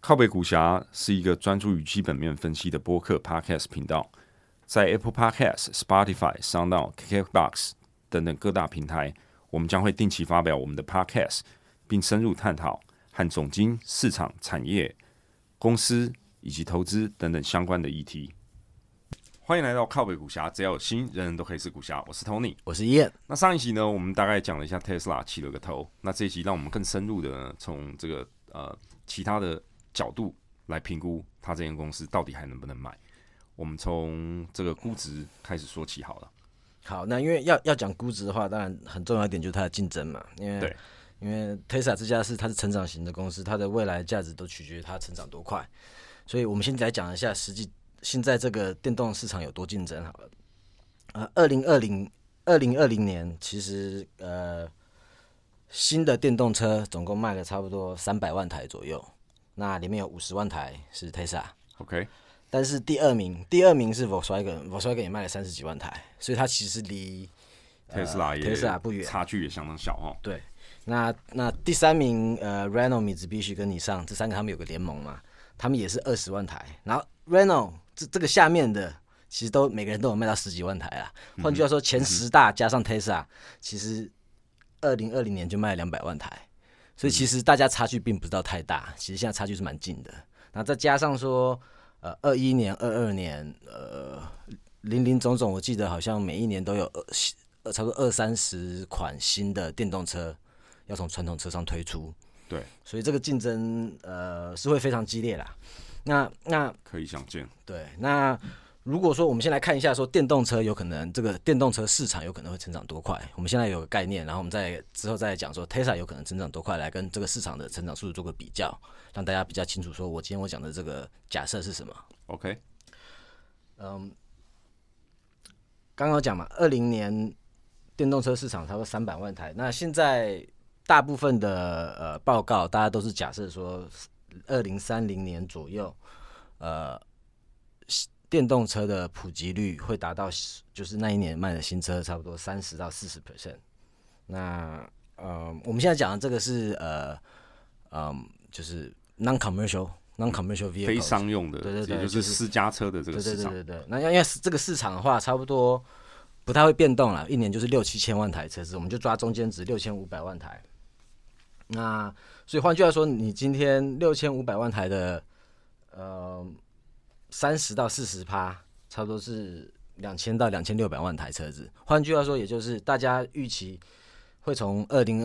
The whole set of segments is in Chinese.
靠北股侠是一个专注于基本面分析的播客 Podcast 频道，在 Apple Podcast、Spotify、SoundOn、KKBox 等等各大平台，我们将会定期发表我们的 Podcast， 并深入探讨和总经、市场、产业、公司以及投资等等相关的议题。欢迎来到靠北股侠，只要有心，人人都可以是股侠。我是 Tony， 我是 Ian。 那上一集呢，我们大概讲了一下 Tesla 起了个头。那这一集让我们更深入的呢，从这个其他的角度来评估它这间公司到底还能不能买。我们从这个估值开始说起好了。 好，那因为要讲估值的话，当然很重要一点就是它的竞争嘛。因为 Tesla 这家它是成长型的公司，它的未来价值都取决于它成长多快。所以我们先来讲一下实际现在这个电动市场有多竞争好了。2020年其实新的电动车总共卖了差不多300万台左右，那里面有50万台是 Tesla。OK。但是第二名是 Volkswagen 也卖了30几万台，所以它其实离 Tesla 不远， 差距也相当小哦。 对，那第三名Renault、米兹必须跟尼桑这三个他们有个联盟嘛，他们也是20万台，然后 Renault 这个下面的其实都每个人都有卖到10几万台啦。换句话说，前10大加上 Tesla， 其实2020年就卖了200万台，所以其实大家差距并不是到太大，其实现在差距是蛮近的。然后再加上说21年、22年，林林总总，我记得好像每一年都有差不多20-30款新的电动车要从传统车上推出。 对， 所以这个竞争是会非常激烈啦。那可以想见。 对，那如果说我们先来看一下，说电动车有可能这个电动车市场有可能会成长多快，我们现在有个概念，然后我们之后再讲说 Tesla 有可能成长多快，来跟这个市场的成长速度做个比较，让大家比较清楚，说我今天讲的这个假设是什么。 OK， 刚刚讲嘛，20年电动车市场差不多300万台，那现在大部分的报告，大家都是假设说2030年左右，电动车的普及率会达到，就是那一年卖的新车差不多30-40%。那我们现在讲的这个是就是 non-commercial vehicles， 非商用的， 对， 也就是私家车的这个市场。 对。那因为这个市场的话，差不多不太会变动了，一年就是6-7千万台车子，我们就抓中间值6500万台。那所以换句话说，你今天6500万台的30-40%，差不多是2000到2600万台车子。换句话说，也就是大家预期会从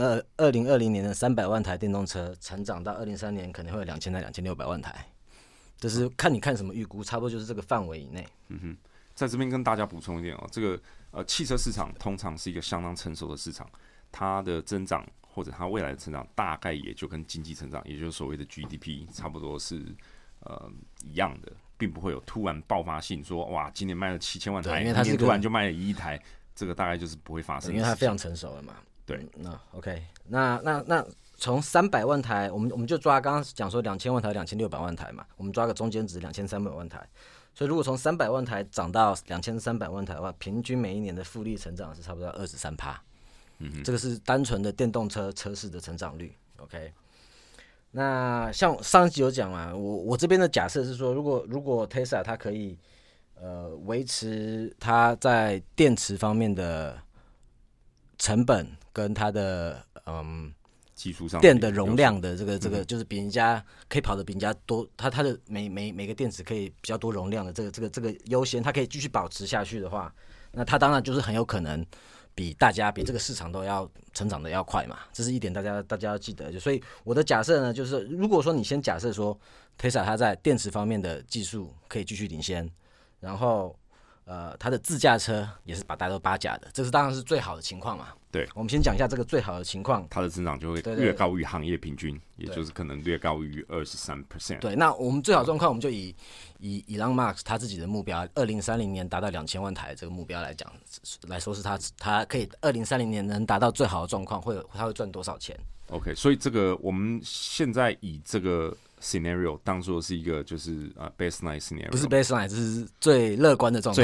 2020年的300万台电动车成长到2030年可能会有2000到2600万台，就是看你看什么预估，差不多就是这个范围以内。 在这边跟大家补充一点哦，这个汽车市场通常是一个相当成熟的市场，它的增长或者它未来的成长大概也就跟经济成长，也就是所谓的 GDP 差不多是一样的，并不会有突然爆发性说哇今年卖了7000万台， 因为它是突然就卖了1亿台，这个大概就是不会发生的事情， 因为它非常成熟了嘛。 对， 那 OK， 那从300万台，我们就抓刚刚讲说2000万台、2600万台嘛，我们抓个中间值2300万台。所以如果从300万台涨到2300万台的话，平均每一年的复利成长是差不多23%。这个是单纯的电动车车市的成长率。OK， 那像上一集有讲嘛，我这边的假设是说，如果 Tesla 它可以维持它在电池方面的成本跟它的技术上电的容量的这个就是比人家可以跑得比人家多，它的每个电池可以比较多容量的这个优先，它可以继续保持下去的话，那它当然就是很有可能比这个市场都要成长的要快嘛，这是一点大家要记得。所以我的假设呢，就是如果说你先假设说 Tesla 它在电池方面的技术可以继续领先，然后它的自驾车也是把大家都八甲的，这是当然是最好的情况嘛。 对， 我们先讲一下这个最好的情况， 它的增长就会略高于行业平均，也就是可能略高于23%。 对，那我们最好状况，我们就以 Elon Musk 他自己的目标，2030年达到2000万台这个目标来说是他可以2030年能达到最好的状况，他会赚多少钱 ？OK， 所以这个我们现在以这个 scenario 当作是一个就是baseline scenario， 不是 baseline， 这是最乐观的状态。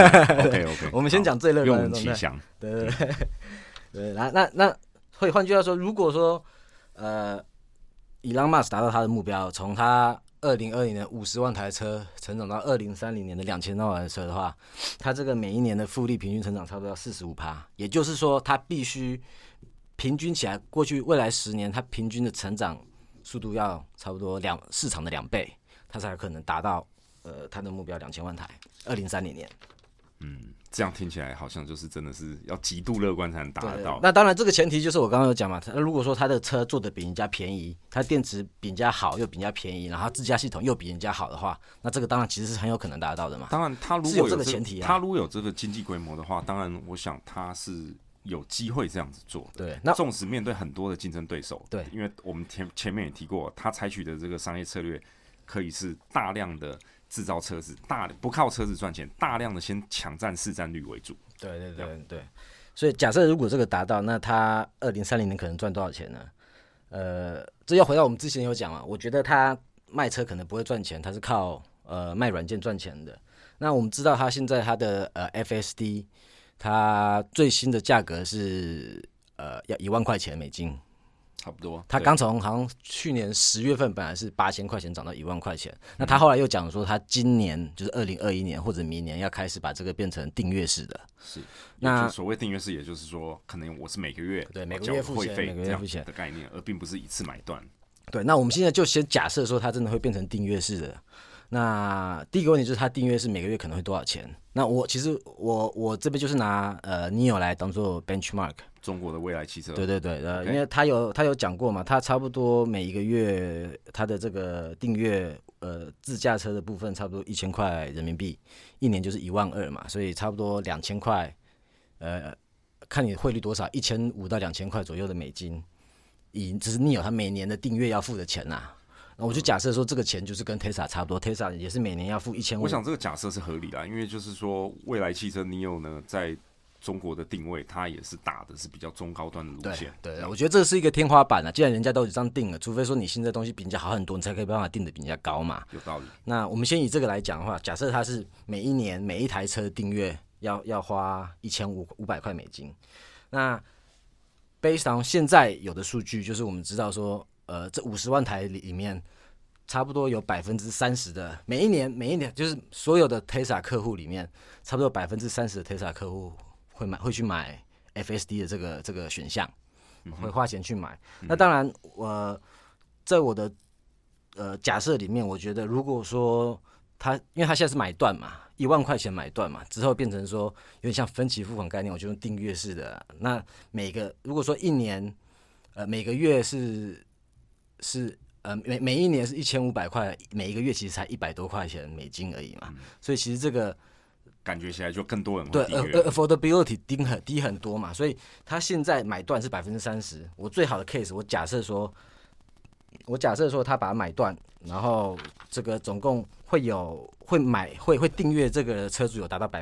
OK， 我们先讲最乐观的状态。 用其详。 对，那会换句话说，如果说Elon Musk 达到他的目标，从他 2020年50万台车成长到2030年的2000万台车的话，它这个每一年的复利平均成长差不多要45%，也就是说，它必须平均起来，过去未来10年，它平均的成长速度要差不多市场的2倍，它才可能达到它的目标2000万台，2030年。 这样听起来好像就是真的是要极度乐观才能达得到。 那当然，这个前提就是我刚刚有讲嘛，如果说他的车做的比人家便宜，他电池比人家好又比人家便宜，然后自驾系统又比人家好的话，那这个当然其实是很有可能达到的嘛。 当然，他如果有这个前提他如果有这个经济规模的话，当然我想他是有机会这样子做的。 对，那纵使面对很多的竞争对手， 对， 因为我们前面也提过，他采取的这个商业策略可以是大量的制造车子，不靠车子赚钱，大量的先抢占市占率为主。 对，所以假设如果这个达到，那他2030年可能赚多少钱呢？这要回到我们之前有讲嘛，我觉得他卖车可能不会赚钱，他是靠卖软件赚钱的。那我们知道他现在他的FSD， 它最新的价格是要1万块钱美金。 差不多， 他刚从好像去年10月份本来是8000块钱涨到1万块钱，那他后来又讲说他今年就是2021年或者明年要开始把这个变成订阅式的。 是，那所谓订阅式，也就是说，可能我是每个月付钱，每个月付钱的概念，而并不是一次买断。 对，那我们现在就先假设说它真的会变成订阅式的。那第一个问题就是它订阅是每个月可能会多少钱？那其实我这边就是拿NIO 来当做 benchmark。 中国的未来汽车， 对，因为他有讲过嘛，他差不多每一个月他的这个订阅自驾车的部分差不多1000块人民币，一年就是12000嘛，所以差不多2000块，看你汇率多少，1500到2000块左右的美金，只是NIO他每年的订阅要付的钱呐。那我就假设说这个钱就是跟 Tesla 差不多，Tesla 也是每年要付1500。 我想这个假设是合理的，因为就是说未来汽车 NIO 呢在中国的定位，它也是打的是比较中高端的路线。 对，我觉得这是一个天花板啊。既然人家都这样定了，除非说你现在东西比人家好很多，你才可以办法定的比人家高嘛。 有道理。那我们先以这个来讲的话，假设它是每一年每一台车的订阅要花1500块美金。那 based on 现在有的数据，就是我们知道说，这50万台里面，差不多有30%的每一年就是所有的 Tesla 客户里面，差不多30%的 Tesla 客户会去买 FSD 的这个选项，会花钱去买。那当然，在我的假设里面，我觉得如果说因为他现在是买断嘛，1万块钱买断嘛，之后变成说有点像分期付款概念，我就用订阅式的。那如果说一年，每个月是每一年是1500块，每一个月其实才100多块钱美金而已嘛，所以其实这个。 感觉起来就更多人会订阅， 对 affordability 低很多嘛，所以他现在买断是30%。我最好的 case， 我假设说他把它买断，然后这个总共会订阅这个车主有达到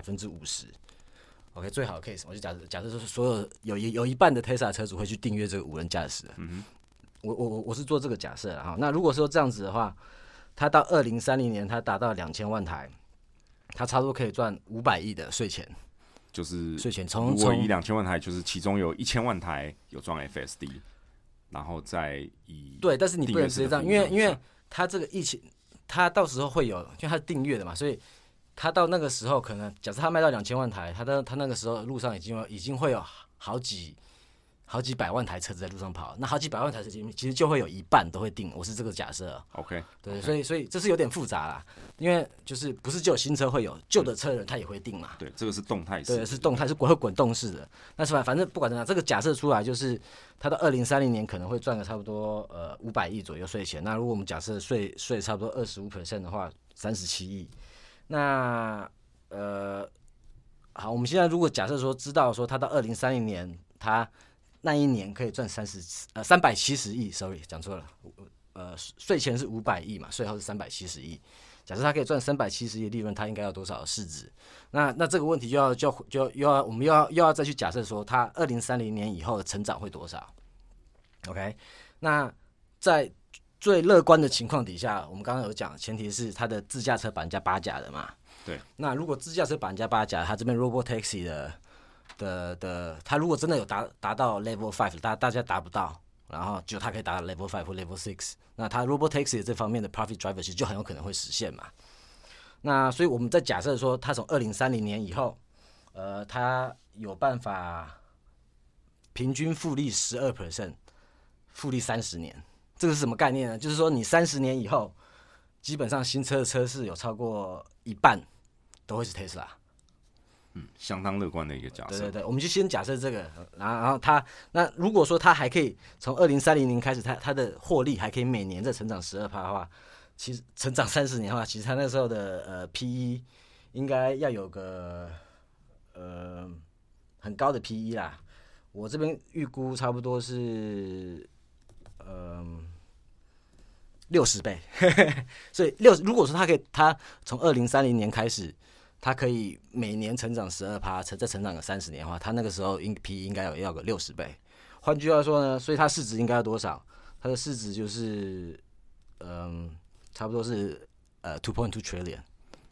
50%。OK， 最好的 case， 我就假设说所有有一半的 Tesla 车主会去订阅这个无人驾驶的。我是做这个假设啊。那如果说这样子的话，他到2030年他达到2000万台。他差不多可以赚500亿的税钱， 就是税钱如果以2000万台，就是其中有1000万台有装 FSD， 然后再以对，但是你不能直接这样，因为他这个疫情，他到时候会有，因为他是订阅的嘛，所以他到那个时候可能，假设他卖到2000万台，他那个时候路上已经会有好几百万台车子在路上跑，那好几百万台车其实就会有一半都会订，我是这个假设。 OK， 对，所以这是有点复杂啦，因为就是不是只有新车会有，旧的车人他也会订嘛。 对，这个是动态式， 对，是动态，是会滚动式的。那是吧？反正不管怎样，这个假设出来就是他到2030年可能会赚个差不多500亿左右税钱。那如果我们假设税差不多25% 的话，37亿。那好，我们现在如果假设说知道说他到2030年他那一年可以赚370亿 ，sorry 讲错了，税前是500亿嘛，税后是370亿。假设他可以赚370亿的利润，他应该要多少的市值？那这个问题我们又要再去假设说，他2030年以后的成长会多少 ？OK， 那在最乐观的情况底下，我们刚刚有讲，前提是他的自驾车把人家八甲的嘛。 对。 那如果自驾车把人家八甲，他这边 Robotaxi 的他如果真的有达到 Level 5，大家达不到， 然后就它可以达到 Level 5或 Level 6，那它 Robotaxi 这方面的 Profit Driver 其实就很有可能会实现嘛。那所以我们在假设说，它从2030年以后，它有办法平均复利12%，复利30年，这个是什么概念呢？就是说你30年以后，基本上新车的车市有超过一半都会是 Tesla。 相当乐观的一个假设。 对对对，我们就先假设这个，然后那如果说它还可以从2030年开始，它的获利还可以每年再成长12%的话，其实成长30年的话，其实它那时候的PE 应该要有个很高的 PE 啦。我这边预估差不多是60倍，所以如果说它从2030年开始。它可以每年成长12%，再成长个30年的话，它那个时候 PE 应该要个60倍。换句话说呢，所以它市值应该要多少？它的市值就是差不多是2.2 trillion，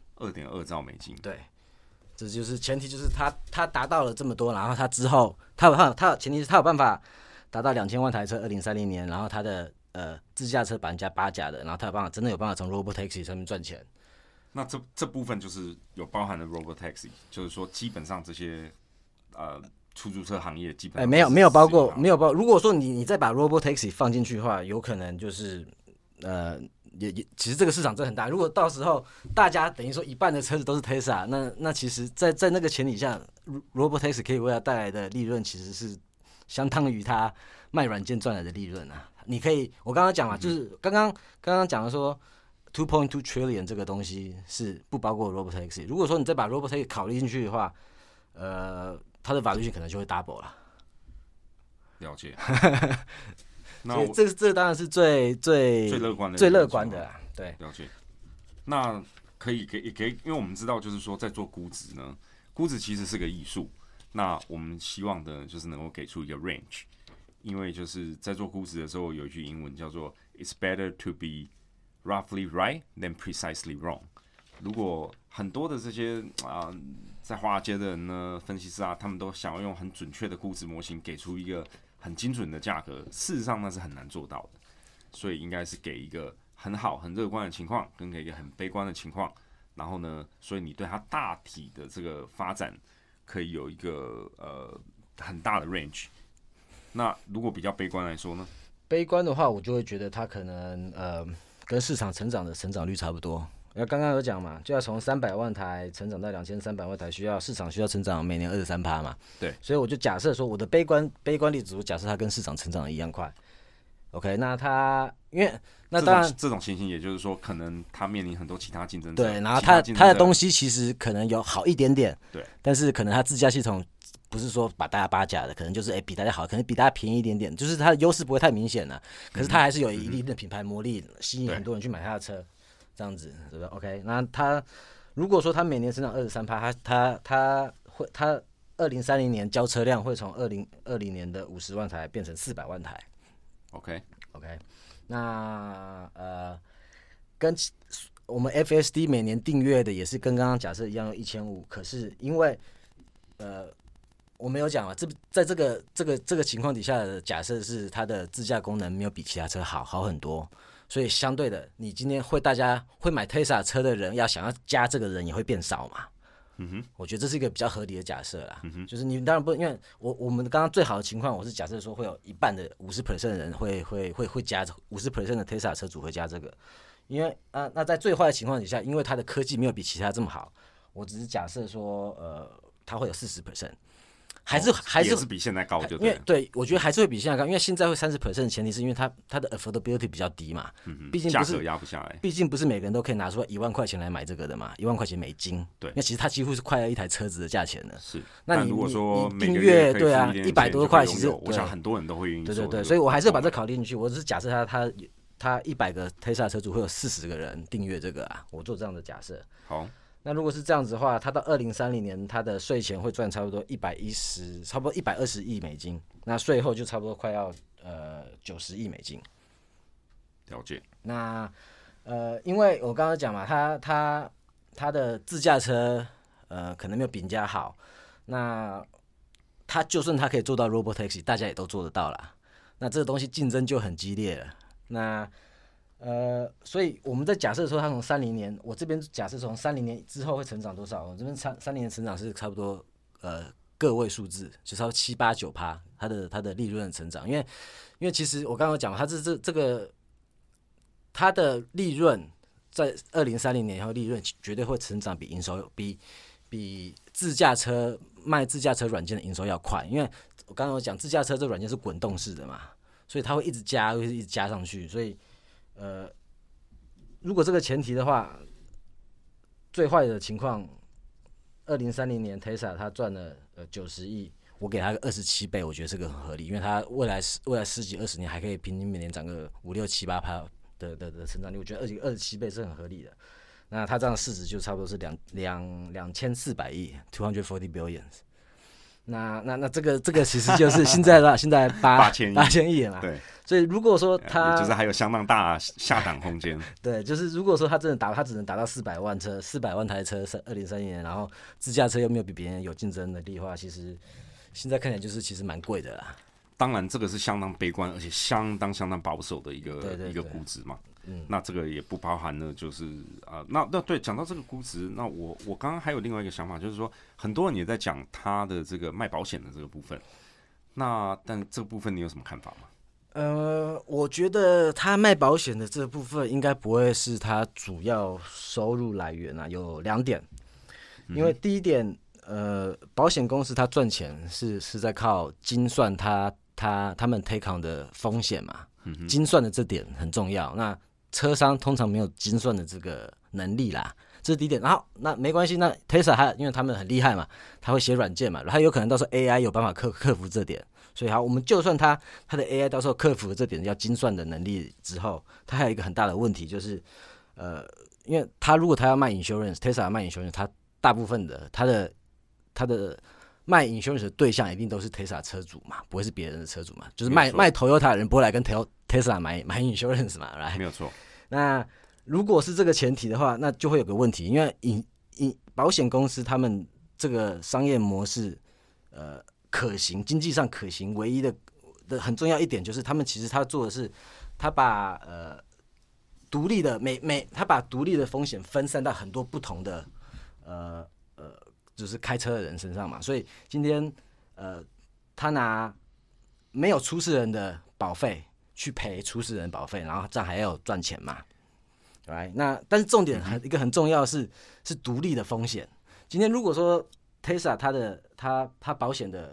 2.2兆美金。 对，这就是前提，就是它达到了这么多，然后它之后它前提是它有办法达到2000万台车，2030年，然后它的自驾车把人家8甲的，然后它真的有办法从 Robotaxi 上面赚钱。 那这部分就是有包含了 Robotaxi， 就是说基本上这些出租车行业基本上没有包括。如果说你再把 Robotaxi 放进去的话，有可能就是其实这个市场真的很大。如果到时候大家等于说一半的车子都是 Tesla， 那其实在那个前提下 ，Robotaxi 可以为它带来的利润其实是相当于它卖软件赚来的利润啊。你可以，我刚刚讲嘛，就是刚刚讲的说。2.2 trillion 这个东西是不包括 Robotaxi。如果说你再把 Robotaxi 考虑进去的话，它的 valuation 可能就会 double 了。 了解。 所以这当然是最乐观的啦。对， 了解。那可以给，因为我们知道，就是说在做估值呢，估值其实是个艺术。那我们希望的就是能够给出一个 range， 因为就是在做估值的时候，有一句英文叫做 "It's better to be roughly right than precisely wrong"。如果很多的这些在华尔街的人呢，分析师啊，他们都想要用很准确的估值模型给出一个很精准的价格，事实上那是很难做到的。所以应该是给一个很好、很乐观的情况，跟给一个很悲观的情况。然后呢，所以你对它大体的这个发展可以有一个很大的 range。那如果比较悲观来说呢？ 悲观的话，我就会觉得它可能跟市场成长的成长率差不多。刚刚有讲嘛，就要从300万台成长到2300万台，市场需要成长每年23%嘛。 对， 所以我就假设说，我的悲观例子，我假设它跟市场成长的一样快。OK， 那它因为那当然这种情形，也就是说，可能它面临很多其他竞争者。 对，然后它的东西其实可能有好一点点， 对， 但是可能它自驾系统不是说把大家8甲的，可能就是比大家好，可能比大家便宜一点点，就是它的优势不会太明显了。可是它还是有一定的品牌魔力，吸引很多人去买它的车，这样子，对不对 ？OK， 那它如果说它每年成长23%，它2030年交车量会从2020年的50万台变成400万台。 OK， 那跟我们 FSD 每年订阅的也是跟刚刚假设一样用1500，可是因为我没有讲嘛，在这个情况底下的假设是它的自驾功能没有比其他车好很多，所以相对的，你今天大家会买 Tesla 车的人，想要加这个人也会变少嘛。我觉得这是一个比较合理的假设啦。就是你当然不，因为我们刚刚最好的情况，我是假设说会有一半的50% 的人会加50% 的 Tesla 车主会加这个，因为那在最坏的情况底下，因为它的科技没有比其他这么好，我只是假设说它会有40%。还是比现在高，就因为对我觉得还是会比现在高，因为现在会30%的前提是因为它的 affordability 比较低嘛，毕竟价格压不下来， 毕竟不是每个人都可以拿出1万块钱来买这个的嘛，1万块钱美金， 对， 那其实它几乎是快要一台车子的价钱了。 是， 那如果说订阅对啊，100多块，其实我想很多人都会愿意做。 对，所以我还是把这考虑进去。我只是假设他100个 Tesla 车主会有40个人订阅这个啊，我做这样的假设。 好。 那如果是这样子的话，他到2030年，他的税前会赚差不多差不多120亿美金，那税后就差不多快要90亿美金。 了解。 那因为我刚刚讲嘛，他的自驾车可能没有比人家好，那他就算他可以做到 Robotaxi， 大家也都做得到啦。 那这个东西竞争就很激烈了。那所以我们在假设说，它从30年，我这边假设从30年之后会成长多少？我这边30年成长是差不多个位数字，就差不多7、8、9%，它的利润的成长。因为其实我刚刚讲，它这个它的利润在2030年以后，利润绝对会成长比营收比卖自驾车软件的营收要快。因为我刚刚有讲，自驾车这软件是滚动式的嘛，所以它会一直加，会一直加上去。所以如果这个前提的话，最坏的情况，2030年 Tesla 它赚了90亿，我给它个27倍，我觉得这个很合理，因为它未来10几20年还可以平均每年涨个5、6、7、8%的成长率，我觉得27倍是很合理的。那它这样的市值就差不多是2400亿，240 billions。那这个其实就是现在8000亿了嘛。 对。 所以如果说它就是还有相当大下档空间。 对，就是如果说它只能达到400万台车，2030年，然后自驾车又没有比别人有竞争能力的话，其实现在看起来就是其实蛮贵的啦。 当然，这个是相当悲观，而且相当保守的一个估值嘛。那这个也不包含了，就是那对，讲到这个估值，那我刚刚还有另外一个想法，就是说很多人也在讲他的这个卖保险的这个部分。但这个部分你有什么看法吗？ 我觉得他卖保险的这部分应该不会是他主要收入来源啊，有2点。因为第一点，保险公司它赚钱是在靠精算他们 take on 的风险嘛，精算的这点很重要。那车商通常没有精算的这个能力啦，这是第一点。然后那没关系，那 Tesla 因为他们很厉害嘛，他会写软件嘛，他有可能到时候 AI 有办法克服这点。所以好，我们就算他的 AI 到时候克服了这点要精算的能力之后，他还有一个很大的问题就是，因为他如果他要卖 insurance，Tesla 卖 insurance， 他大部分的他的卖 insurance 的对象一定都是 Tesla 车主嘛，不会是别人的车主嘛，就是卖 Toyota 的人不会来跟 Tesla 买 insurance 嘛， right？ 没有错。 那如果是这个前提的话，那就会有个问题，因为保险公司他们这个商业模式，可行，经济上可行，唯一的很重要一点就是他们其实他做的是，他把独立的他把独立的风险分散到很多不同的就是开车的人身上嘛，所以今天他拿没有出事人的保费去赔出事人保费，然后这样还要赚钱嘛，right？ 那但是重点一个很重要的是独立的风险。今天如果说 Tesla 它保险的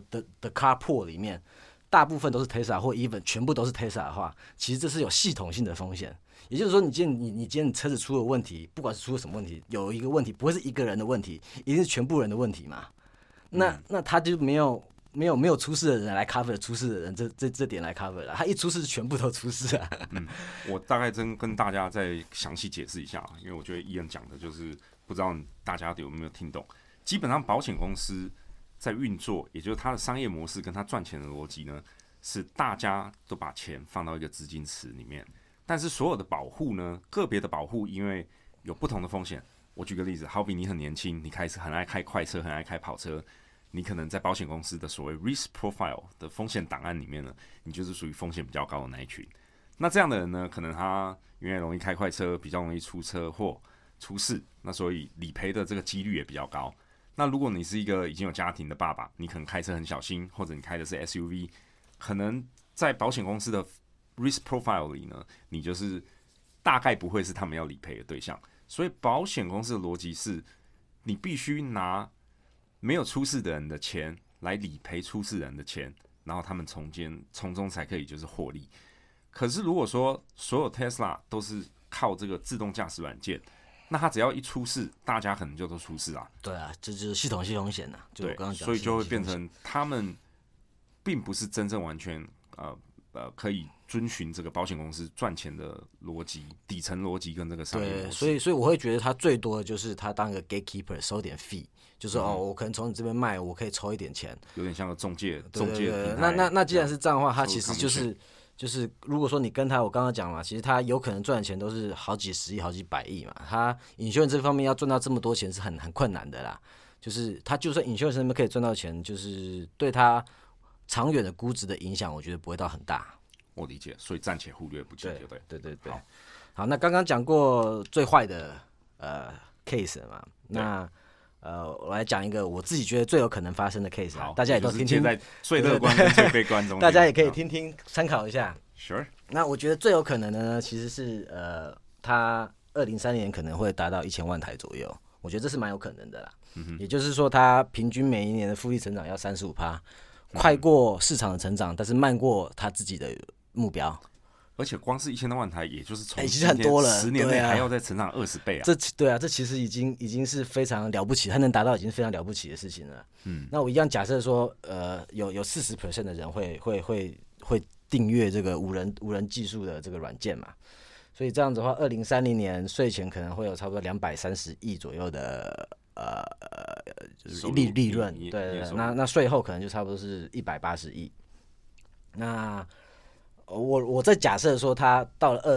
car pool 里面大部分都是 Tesla 或 even 全部都是 Tesla 的话，其实这是有系统性的风险。也就是说，你今天车子出了问题，不管是出了什么问题，有一个问题不会是一个人的问题，一定是全部人的问题嘛。那他就没有出事的人来 cover 出事的人这点来 cover 了，他一出事全部都出事啊。 我大概跟大家再详细解释一下，因为我觉得Ian讲的就是不知道大家有没有听懂。基本上保险公司在运作，也就是它的商业模式跟它赚钱的逻辑呢，是大家都把钱放到一个资金池里面，但是所有的保护呢，个别的保护因为有不同的风险。我举个例子，好比你很年轻，你很爱开快车，很爱开跑车，你可能在保险公司的所谓 risk profile 的风险档案里面呢，你就是属于风险比较高的那一群。那这样的人呢，可能他因为容易开快车，比较容易出车祸出事，那所以理赔的这个几率也比较高。那如果你是一个已经有家庭的爸爸，你可能开车很小心，或者你开的是 SUV， 可能在保险公司的 risk profile 里呢，你就是大概不会是他们要理赔的对象。所以保险公司的逻辑是，你必须拿没有出事的人的钱来理赔出事人的钱，然后他们从中才可以就是获利。可是如果说所有 Tesla 都是靠这个自动驾驶软件，那它只要一出事，大家可能就都出事啊。 对啊，这就是系统性风险啊。就我刚刚讲， 所以就会变成他们并不是真正完全可以遵循这个保险公司赚钱的逻辑、底层逻辑跟这个商业模式。 对，所以我会觉得他最多的就是他当个 gatekeeper 收点 fee， 就是我可能从你这边卖，我可以抽一点钱， 有点像个中介。 对，那既然是这样的话，他其实就是如果说你跟他，我刚刚讲嘛，其实他有可能赚的钱都是好几十亿、好几百亿嘛。他insurance这方面要赚到这么多钱是很困难的啦。就是他就算insurance那边可以赚到钱，就是对他长远的估值的影响，我觉得不会到很大。 我理解，所以暂且忽略不计，对。 对。好，那刚刚讲过最坏的case 嘛，那我来讲一个我自己觉得最有可能发生的 case 啊，大家也都听听， 在最乐观跟最悲观中， 大家也可以听听参考一下。 Sure。 那我觉得最有可能的呢，其实是它2030年可能会达到1000万台左右，我觉得这是蛮有可能的啦。也就是说，它平均每一年的复利成长要35%，快过市场的成长，但是慢过它自己的目标。 而且光是1000多万台，也就是从其实很多了 ，10年内还要再成长20倍啊！ 这其实已经是非常了不起，它能达到已经是非常了不起的事情了。那我一样假设说，有40% 的人会订阅这个无人技术的这个软件嘛，所以这样子的话，2030年税前可能会有差不多230亿左右的就是利润，对，那税后可能就差不多是180亿。那我在假设说，它到了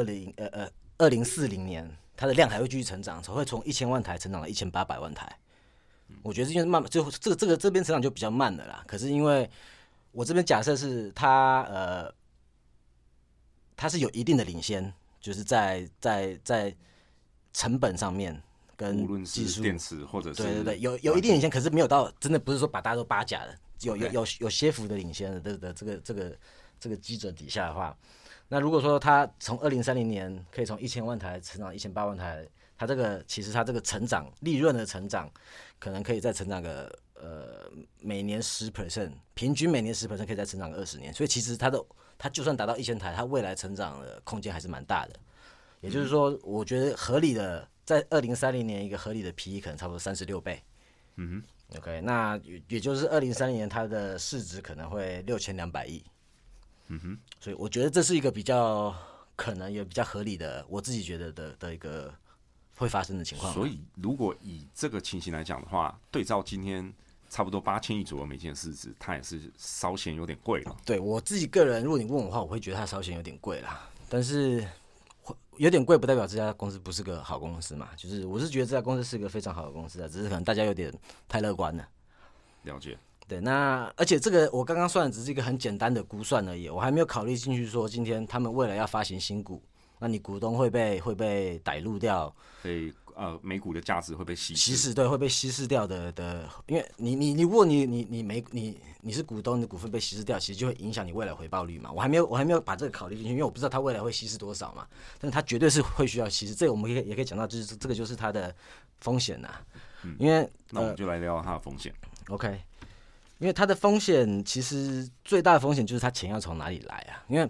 2040年，它的量还会继续成长，会从1000万台成长到1800万台。我觉得因为慢，就这边成长就比较慢的啦。可是因为我这边假设是它是有一定的领先，就是在成本上面跟无论是电池或者是对有一定领先，可是没有到真的不是说把大家都扒假的，有些幅的领先的这个基准底下的话，那如果说它从2030年可以从1000万台成长1800万台，它其实它这个成长利润的成长，可能可以再成长个每年10%，平均每年10%可以再成长个20年，所以其实它就算达到1000台，它未来成长的空间还是蛮大的。也就是说，我觉得合理的在2030年一个合理的 PE 可能差不多36倍。OK， 那也就是2030年它的市值可能会6200亿。所以我觉得这是一个比较可能也比较合理的，我自己觉得的一个会发生的情况。 所以如果以这个情形来讲的话，对照今天差不多8000亿左右美金的市值，它也是稍显有点贵了。 对我自己个人，如果你问我的话，我会觉得它稍显有点贵啦。但是有点贵不代表这家公司不是个好公司嘛，就是我是觉得这家公司是个非常好的公司啊，只是可能大家有点太乐观了。 了解。 对，那而且这个我刚刚算的只是一个很简单的估算而已，我还没有考虑进去说今天他们未来要发行新股，那你股东会被逮入掉， 美股的价值会被稀释， 对，会被稀释掉的，因为你如果你是股东，你的股份被稀释掉，其实就会影响你未来回报率嘛。我还没有把这个考虑进去，因为我不知道它未来会稀释多少嘛，但是它绝对是会需要稀释，这个我们也可以讲到，就是这个就是它的风险呐。因为那我们就来聊聊它的风险。 OK。因为它的风险其实最大的风险就是它钱要从哪里来啊？因为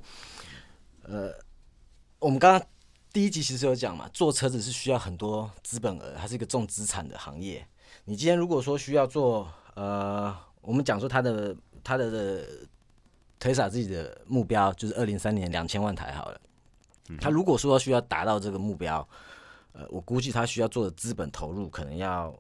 我们刚刚第一集其实有讲嘛，做车子是需要很多资本额，它是一个重资产的行业。你今天如果说需要做我们讲说它的 Tesla 自己的目标就是2030年2000万台好了，它如果说需要达到这个目标，我估计它需要做的资本投入可能要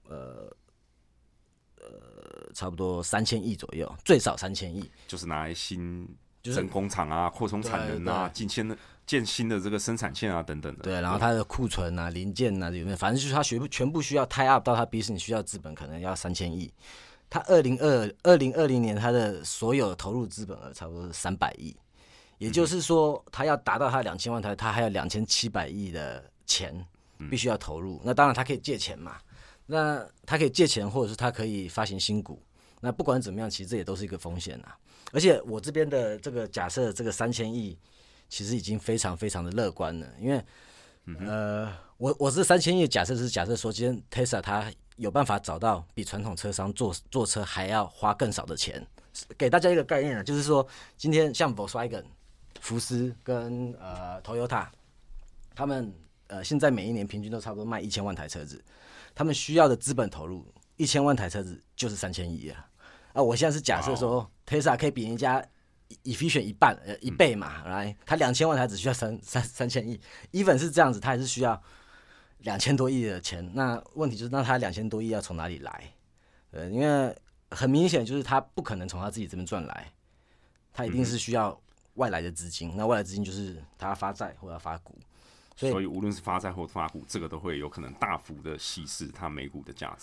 差不多3000亿左右，最少3000亿， 就是拿来增工厂啊、扩充产能啊、建新的这个生产线啊等等的。 对，然后它的库存啊、零件啊有没有？反正就是它全部需要 tie up 到它 business 需要的资本，可能要3000亿。它2020年它的所有投入资本额差不多是300亿，也就是说，它要达到它2000万台，它还有2700亿的钱必须要投入。那当然，它可以借钱嘛。那他可以借钱，或者是他可以发行新股。那不管怎么样，其实这也都是一个风险啊。而且我这边的这个假设，这个3000亿其实已经非常非常的乐观了。因为我这3000亿的假设是假设说，今天 Tesla 它有办法找到比传统车商做车还要花更少的钱。给大家一个概念啊，就是说今天像 Volkswagen、福斯跟Toyota， 他们现在每一年平均都差不多卖1000万台车子。他们需要的资本投入1000万台车子就是3000亿啊！我现在是假设说 Tesla 可以比人家 efficient 一倍嘛，来，他2000万台只需要3000亿 ，even 是这样子，他还是需要2000多亿的钱。那问题就是，那他2000多亿要从哪里来？因为很明显就是他不可能从他自己这边赚来，他一定是需要外来的资金。那外来资金就是他要发债或者要发股。 所以无论是发债或发股，这个都会有可能大幅的稀释它每股的价值。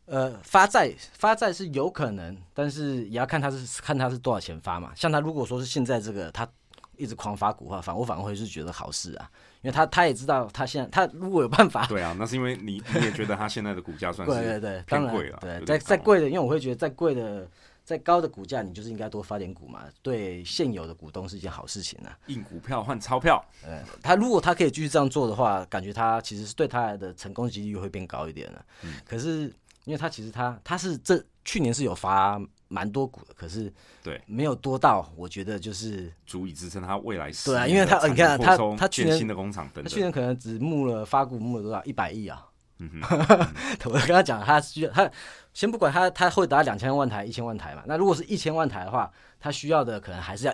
发债是有可能，但是也要看他是多少钱发嘛。像他如果说是现在这个他一直狂发股的话，我反而会是觉得好事啊，因为他也知道他现在他如果有办法， 对啊，那是因为你也觉得他现在的股价算是对， 偏贵了， 对，再贵的，因为我会觉得再贵的。再高的股价，你就是应该多发点股嘛，对现有的股东是一件好事情啊。 印股票换钞票， 他如果他可以继续这样做的话，感觉他其实是对他的成功几率会变高一点了。可是因为他其实他是去年是有发蛮多股的，可是对没有多到，我觉得就是足以支撑他未来对啊，因为你看他去年新的工厂等等， 他去年可能只发股募了多少100亿啊。我跟他讲，他先不管他会达2000万台、1000万台嘛，那如果是1000万台的话，他需要的可能还是要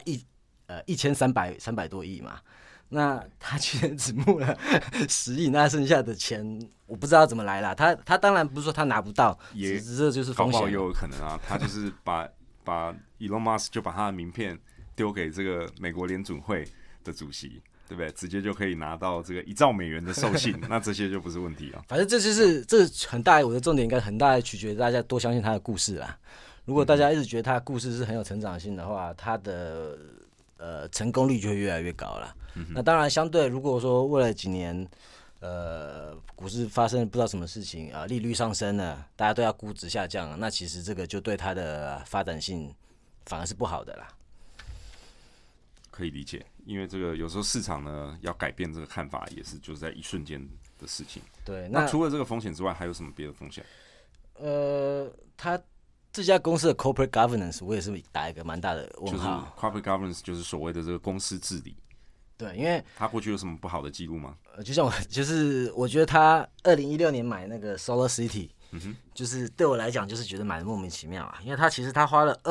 1300多亿嘛。那他去年只募了10亿，那剩下的钱我不知道怎么来啦。他当然不是说他拿不到，只是这就是风险。 搞不好也有可能啊，他就是把 Elon Musk 就把他的名片丢给这个美国联准会的主席。对不对？直接就可以拿到这个1兆美元的授信，那这些就不是问题啊。 反正这很大，我的重点应该很大，取决于大家多相信他的故事啦。如果大家一直觉得他的故事是很有成长性的话，他的成功率就会越来越高了。那当然，相对如果说未来几年股市发生不知道什么事情啊，利率上升了，大家都要估值下降了，那其实这个就对它的发展性反而是不好的啦。 可以理解，因为这个有时候市场呢要改变这个看法，也是就是在一瞬间的事情。 对， 那除了这个风险之外，还有什么别的风险？ 他这家公司的 corporate governance 我也是打一个蛮大的问号。 就是 corporate governance 就是所谓的这个公司治理。 对，因为他过去有什么不好的记录吗？ 就像我觉得他2016年买那个 Solar City，就是对我来讲就是觉得买的莫名其妙啊，因为他其实他花了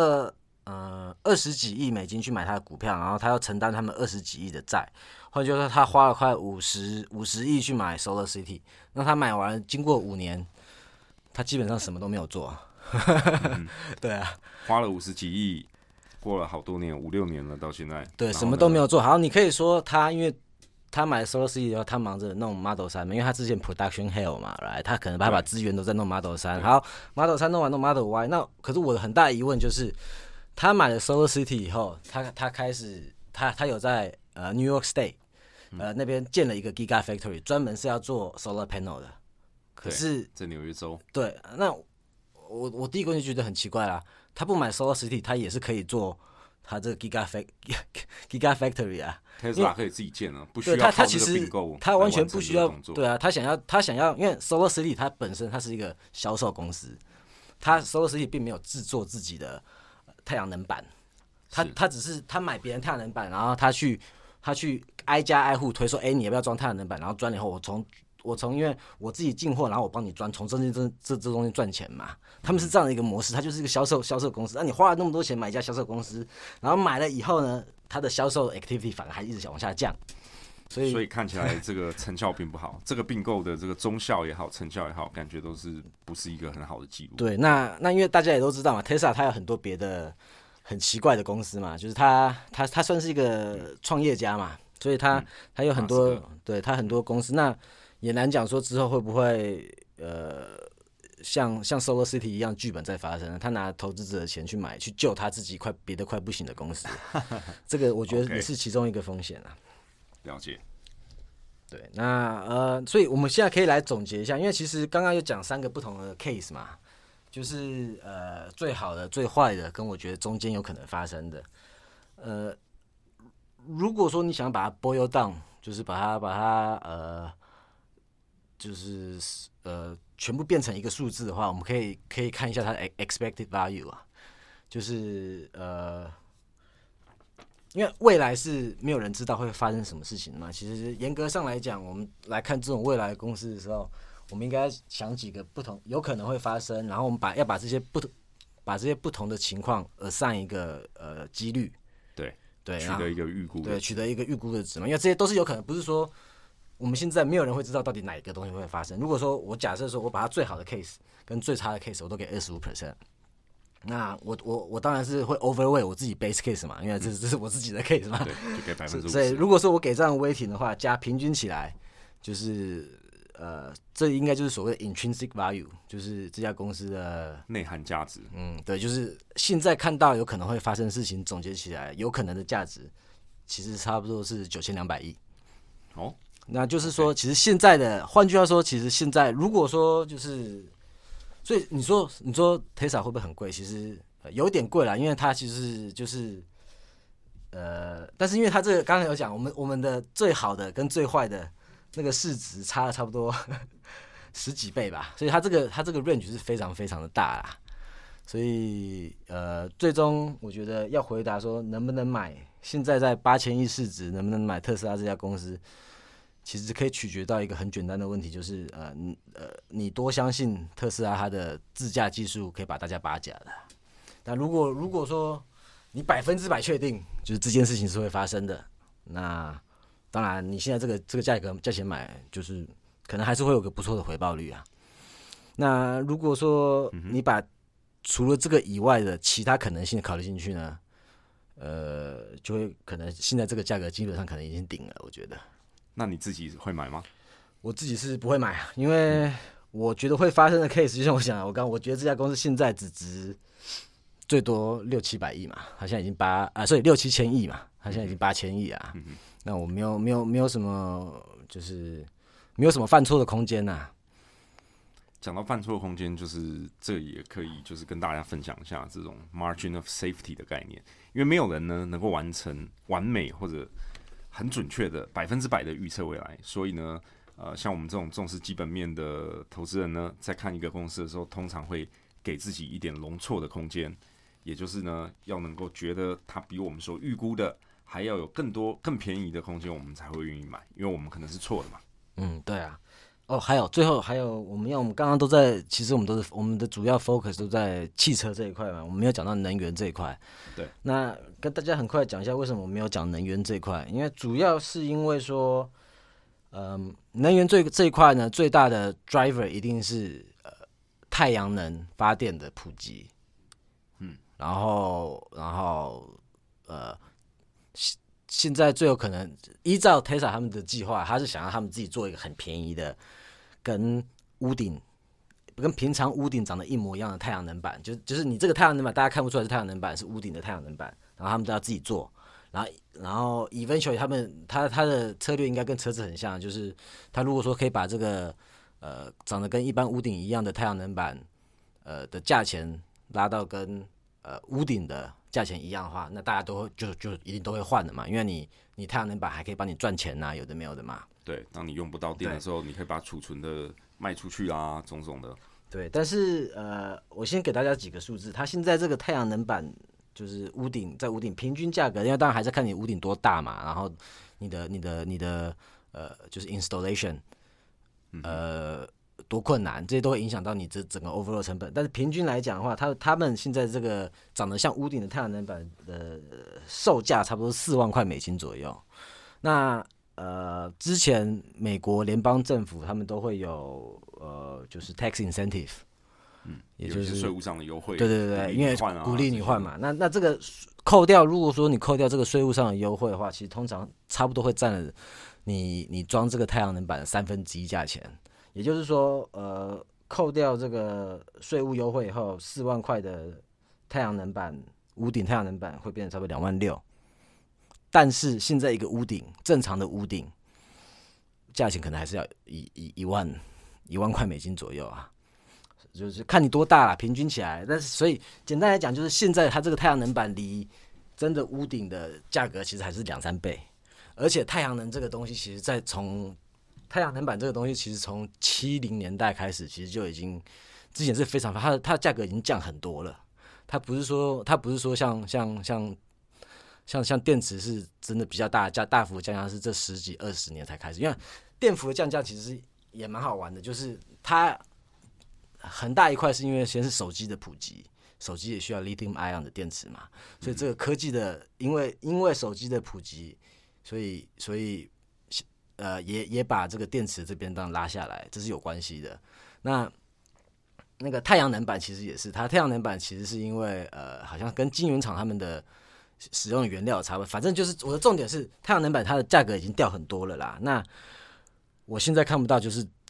20几亿美金去买他的股票，然后他要承担他们20几亿的债，换句话说，他花了快50亿去买 Solar City， 那他买完经过5年，他基本上什么都没有做。对啊， 花了50几亿，过了好多年，5-6年了，到现在， 对，什么都没有做。好，你可以说他因为他买 Solar City 以后，他忙着弄 Model 3，因为他之前 Production Hell 嘛，他可能把资源都在弄 Model 3。好 ，Model 3弄完弄 Model Y， 那可是我的很大的疑问就是。他买了 Solar City 以后，他开始他有在New York State 那边建了一个 Giga Factory， 专门是要做 Solar Panel 的。可是在纽约州， 对，那我第一个就觉得很奇怪啦，他不买 Solar City， 他也是可以做他这个 Giga Factory 啊。 Tesla 可以自己建啊，不需要靠这个并购， 他完全不需要。对啊，他想要，因为 Solar City 它本身它是一个销售公司，他 Solar City 并没有制作自己的。太阳能板，他只是他买别人太阳能板，然后他去挨家挨户推说，你要不要装太阳能板？然后装了以后，我从因为我自己进货，然后我帮你装，从这中间赚钱嘛。他们是这样的一个模式，他就是一个销售公司。那你花了那么多钱买一家销售公司，然后买了以后呢，它的销售 activity 反而还一直往下降。所以看起来这个成效并不好，这个并购的这个中效也好，成效也好，感觉都是不是一个很好的记录。 对，那因为大家也都知道嘛 ，Tesla 它有很多别的很奇怪的公司嘛，就是他算是一个创业家嘛，所以他有很多，对他很多公司，那也难讲说之后会不会像 Solar City 一样剧本在发生，他拿投资者的钱去救他自己别的快不行的公司，这个我觉得也是其中一个风险啊。 了解。 对，那所以我们现在可以来总结一下，因为其实刚刚有讲3个不同的 case 嘛，就是最好的、最坏的，跟我觉得中间有可能发生的。如果说你想把它 boil down， 就是把它就是全部变成一个数字的话，我们可以看一下它的 expected value 啊，就是因为未来是没有人知道会发生什么事情的嘛。其实严格上来讲，我们来看这种未来的公司的时候，我们应该想几个不同有可能会发生，然后我们要把这些不同的情况assign一个几率，对， 取得一个预估， 对，取得一个预估的值嘛。因为这些都是有可能，不是说我们现在没有人会知道到底哪一个东西会发生。如果说我假设说我把它最好的 case 跟最差的 case 我都给25%。那我当然是会 overweight 我自己 base case 嘛，因为这是我自己的 case 嘛， 对，就给50%。 所以如果说我给这样 weighting 的话，加平均起来就是这应该就是所谓的 intrinsic value， 就是这家公司的内涵价值。 对，就是现在看到有可能会发生的事情，总结起来有可能的价值，其实差不多是9200亿。 哦， 那就是说，其实现在的，换句话说，其实现在如果说就是，所以你说 Tesla 会不会很贵？其实有点贵啦，因为它其实就是但是因为它这个刚才有讲，我们的最好的跟最坏的那个市值差了差不多10几倍吧，所以它这个 range 是非常非常的大啦。所以最终我觉得要回答说能不能买，现在在8000亿市值能不能买特斯拉这家公司，其实可以取决到一个很简单的问题，就是你多相信特斯拉它的自驾技术可以把大家拔甲的。但如果说你100%确定就是这件事情是会发生的，那当然你现在这个价钱买，就是可能还是会有个不错的回报率啊。那如果说你把除了这个以外的其他可能性考虑进去呢，就会可能现在这个价格基本上可能已经顶了，我觉得。 那你自己会买吗？ 我自己是不会买，因为我觉得会发生的 case， 就像我想的，我觉得这家公司现在只值最多600-700亿嘛，它现在已经所以6-7千亿嘛，它现在已经8000亿啊。那我没有什么，就是没有什么犯错的空间呐。 讲到犯错空间，就是这也可以就是跟大家分享一下这种 margin of safety 的概念，因为没有人呢能够完成完美或者很准确的100%的预测未来，所以呢，像我们这种重视基本面的投资人呢，在看一个公司的时候，通常会给自己一点容错的空间，也就是呢，要能够觉得它比我们所预估的还要有更多更便宜的空间，我们才会愿意买，因为我们可能是错的嘛。 对啊。还有最后还有，我们刚刚都在，其实我们的主要 focus 都在汽车这一块嘛，我们没有讲到能源这一块。 对， 那跟大家很快讲一下为什么我没有讲能源这一块，因为主要是因为说，能源这一块呢，最大的 driver 一定是太阳能发电的普及。然后现在最有可能依照 Tesla 他们的计划，他是想要他们自己做一个很便宜的，跟平常屋顶长得一模一样的太阳能板，就是你这个太阳能板大家看不出来是太阳能板，是屋顶的太阳能板，然后他们都要自己做，然后 eventually 他的策略应该跟车子很像，就是他如果说可以把这个长得跟一般屋顶一样的太阳能板的价钱拉到跟屋顶的价钱一样的话，那大家都会就一定都会换的嘛，因为你太阳能板还可以帮你赚钱啊，有的没有的嘛。 对，当你用不到电的时候，你可以把储存的卖出去啊，种种的。 对，但是我先给大家几个数字，它现在这个太阳能板就是屋顶平均价格，因为当然还是看你屋顶多大嘛，然后你的就是 installation 多困难，这些都会影响到你这整个 overall 成本。但是平均来讲的话，他们现在这个长得像屋顶的太阳能板的售价差不多4万块美金左右。那之前美国联邦政府他们都会有就是 tax incentive，也就是税务上的优惠。 对，因为鼓励你换嘛。那这个扣掉，如果说你扣掉这个税务上的优惠的话，其实通常差不多会占了你装这个太阳能板的1/3价钱。也就是说，扣掉这个税务优惠以后，4万块的太阳能板屋顶太阳能板会变成差不多2万6。但是现在一个屋顶正常的屋顶价钱可能还是要1万块美金左右啊，就是看你多大啦，平均起来。但是所以简单来讲，就是现在它这个太阳能板离真的屋顶的价格其实还是2-3倍，而且太阳能这个东西，其实太阳能板这个东西，其实从70年代开始，其实就已经之前是非常它的价格已经降很多了。它不是说像电池是真的比较大幅降价，是这10几20年才开始。因为电幅的降价其实也蛮好玩的，就是它很大一块是因为先是手机的普及，手机也需要 lithium ion 的电池嘛，所以这个科技的因为手机的普及，所以也把这个电池这边当拉下来，这是有关系的。那个太阳能板其实也是，它太阳能板其实是因为好像跟晶圆厂他们的使用的原料差不多，反正就是我的重点是太阳能板它的价格已经掉很多了啦。那我现在看不到就是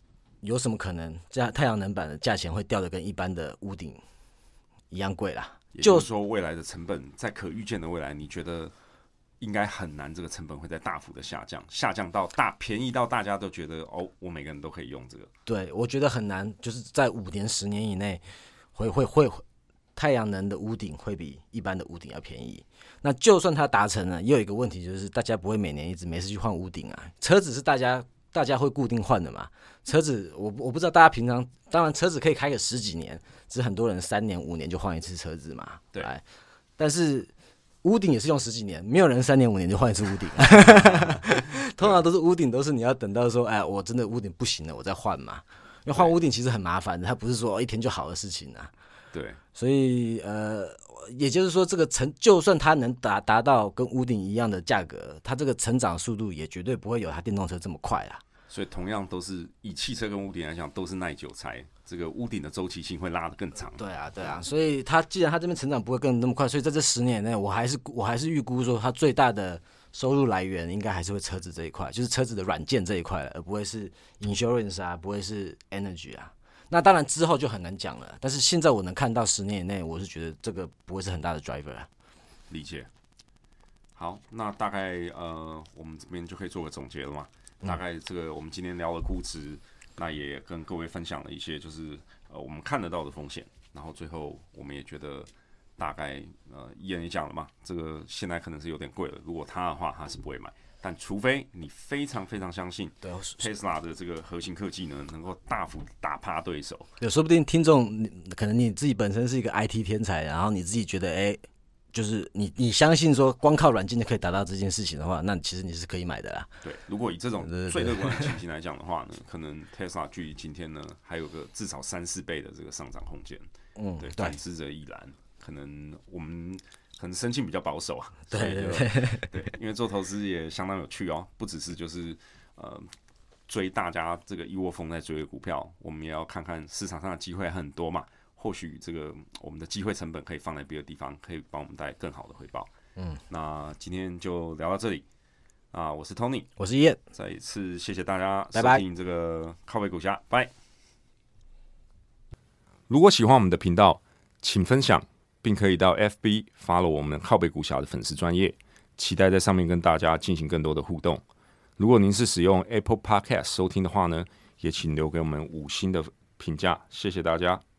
有什么可能太阳能板的价钱会掉得跟一般的屋顶一样贵啦？ 也就是说，未来的成本在可预见的未来，你觉得应该很难，这个成本会在大幅的下降到便宜到大家都觉得哦，我每个人都可以用这个。 对，我觉得很难，就是在5年、10年以内，会太阳能的屋顶会比一般的屋顶要便宜。那就算它达成了，也有一个问题，就是大家不会每年没事去换屋顶啊。车子是大家会固定换的嘛。车子我不知道大家平常，当然车子可以开个10几年，只是很多人3年5年就换一次车子嘛。 对， 但是屋顶也是用10几年，没有人3年5年就换一次屋顶。通常都是屋顶，都是你要等到说，哎，我真的屋顶不行了，我再换嘛。因为换屋顶其实很麻烦的，它不是说一天就好的事情啊。 对， 所以也就是说，这个就算它能达到跟屋顶一样的价格，它这个成长速度也绝对不会有它电动车这么快啊。 所以同样都是以汽车跟屋顶来讲，都是耐久材，这个屋顶的周期性会拉得更长。 对啊，所以既然它这边成长不会更那么快，所以在这10年内，我还是预估说，它最大的收入来源应该还是会车子这一块，就是车子的软件这一块，而不会是 insurance 啊，不会是 energy 啊。那当然之后就很难讲了，但是现在我能看到10年以内，我是觉得这个不会是很大的 driver 啊。 理解。好，那大概我们这边就可以做个总结了嘛。大概这个我们今天聊了估值，那也跟各位分享了一些就是我们看得到的风险，然后最后我们也觉得大概伊恩也讲了嘛，这个现在可能是有点贵了，如果他的话他是不会买，但除非你非常非常相信 Tesla 的这个核心科技呢能够大幅打趴对手。 对，说不定听众可能你自己本身是一个 IT 天才，然后你自己觉得就是你相信说光靠软件就可以达到这件事情的话，那其实你是可以买的啦。 对，如果以这种最乐观的情形来讲的话呢，可能 Tesla 距离今天呢还有个至少3-4倍的这个上涨空间。对，反之则亦然。可能我们生性比较保守啊，对，因为做投资也相当有趣哦，不只是就是追大家这个一窝蜂在追的股票，我们也要看看市场上的机会很多嘛。或许这个我们的机会成本可以放在别的地方，可以帮我们带来更好的回报。那今天就聊到这里啊，我是 Tony， 我是燕， 再一次谢谢大家拜拜收听这个靠北股侠，拜。如果喜欢我们的频道，请分享，并可以到 FB follow 我们靠北股侠的粉丝专页，期待在上面跟大家进行更多的互动。如果您是使用 Apple Podcast 收听的话呢，也请留给我们5星的评价，谢谢大家。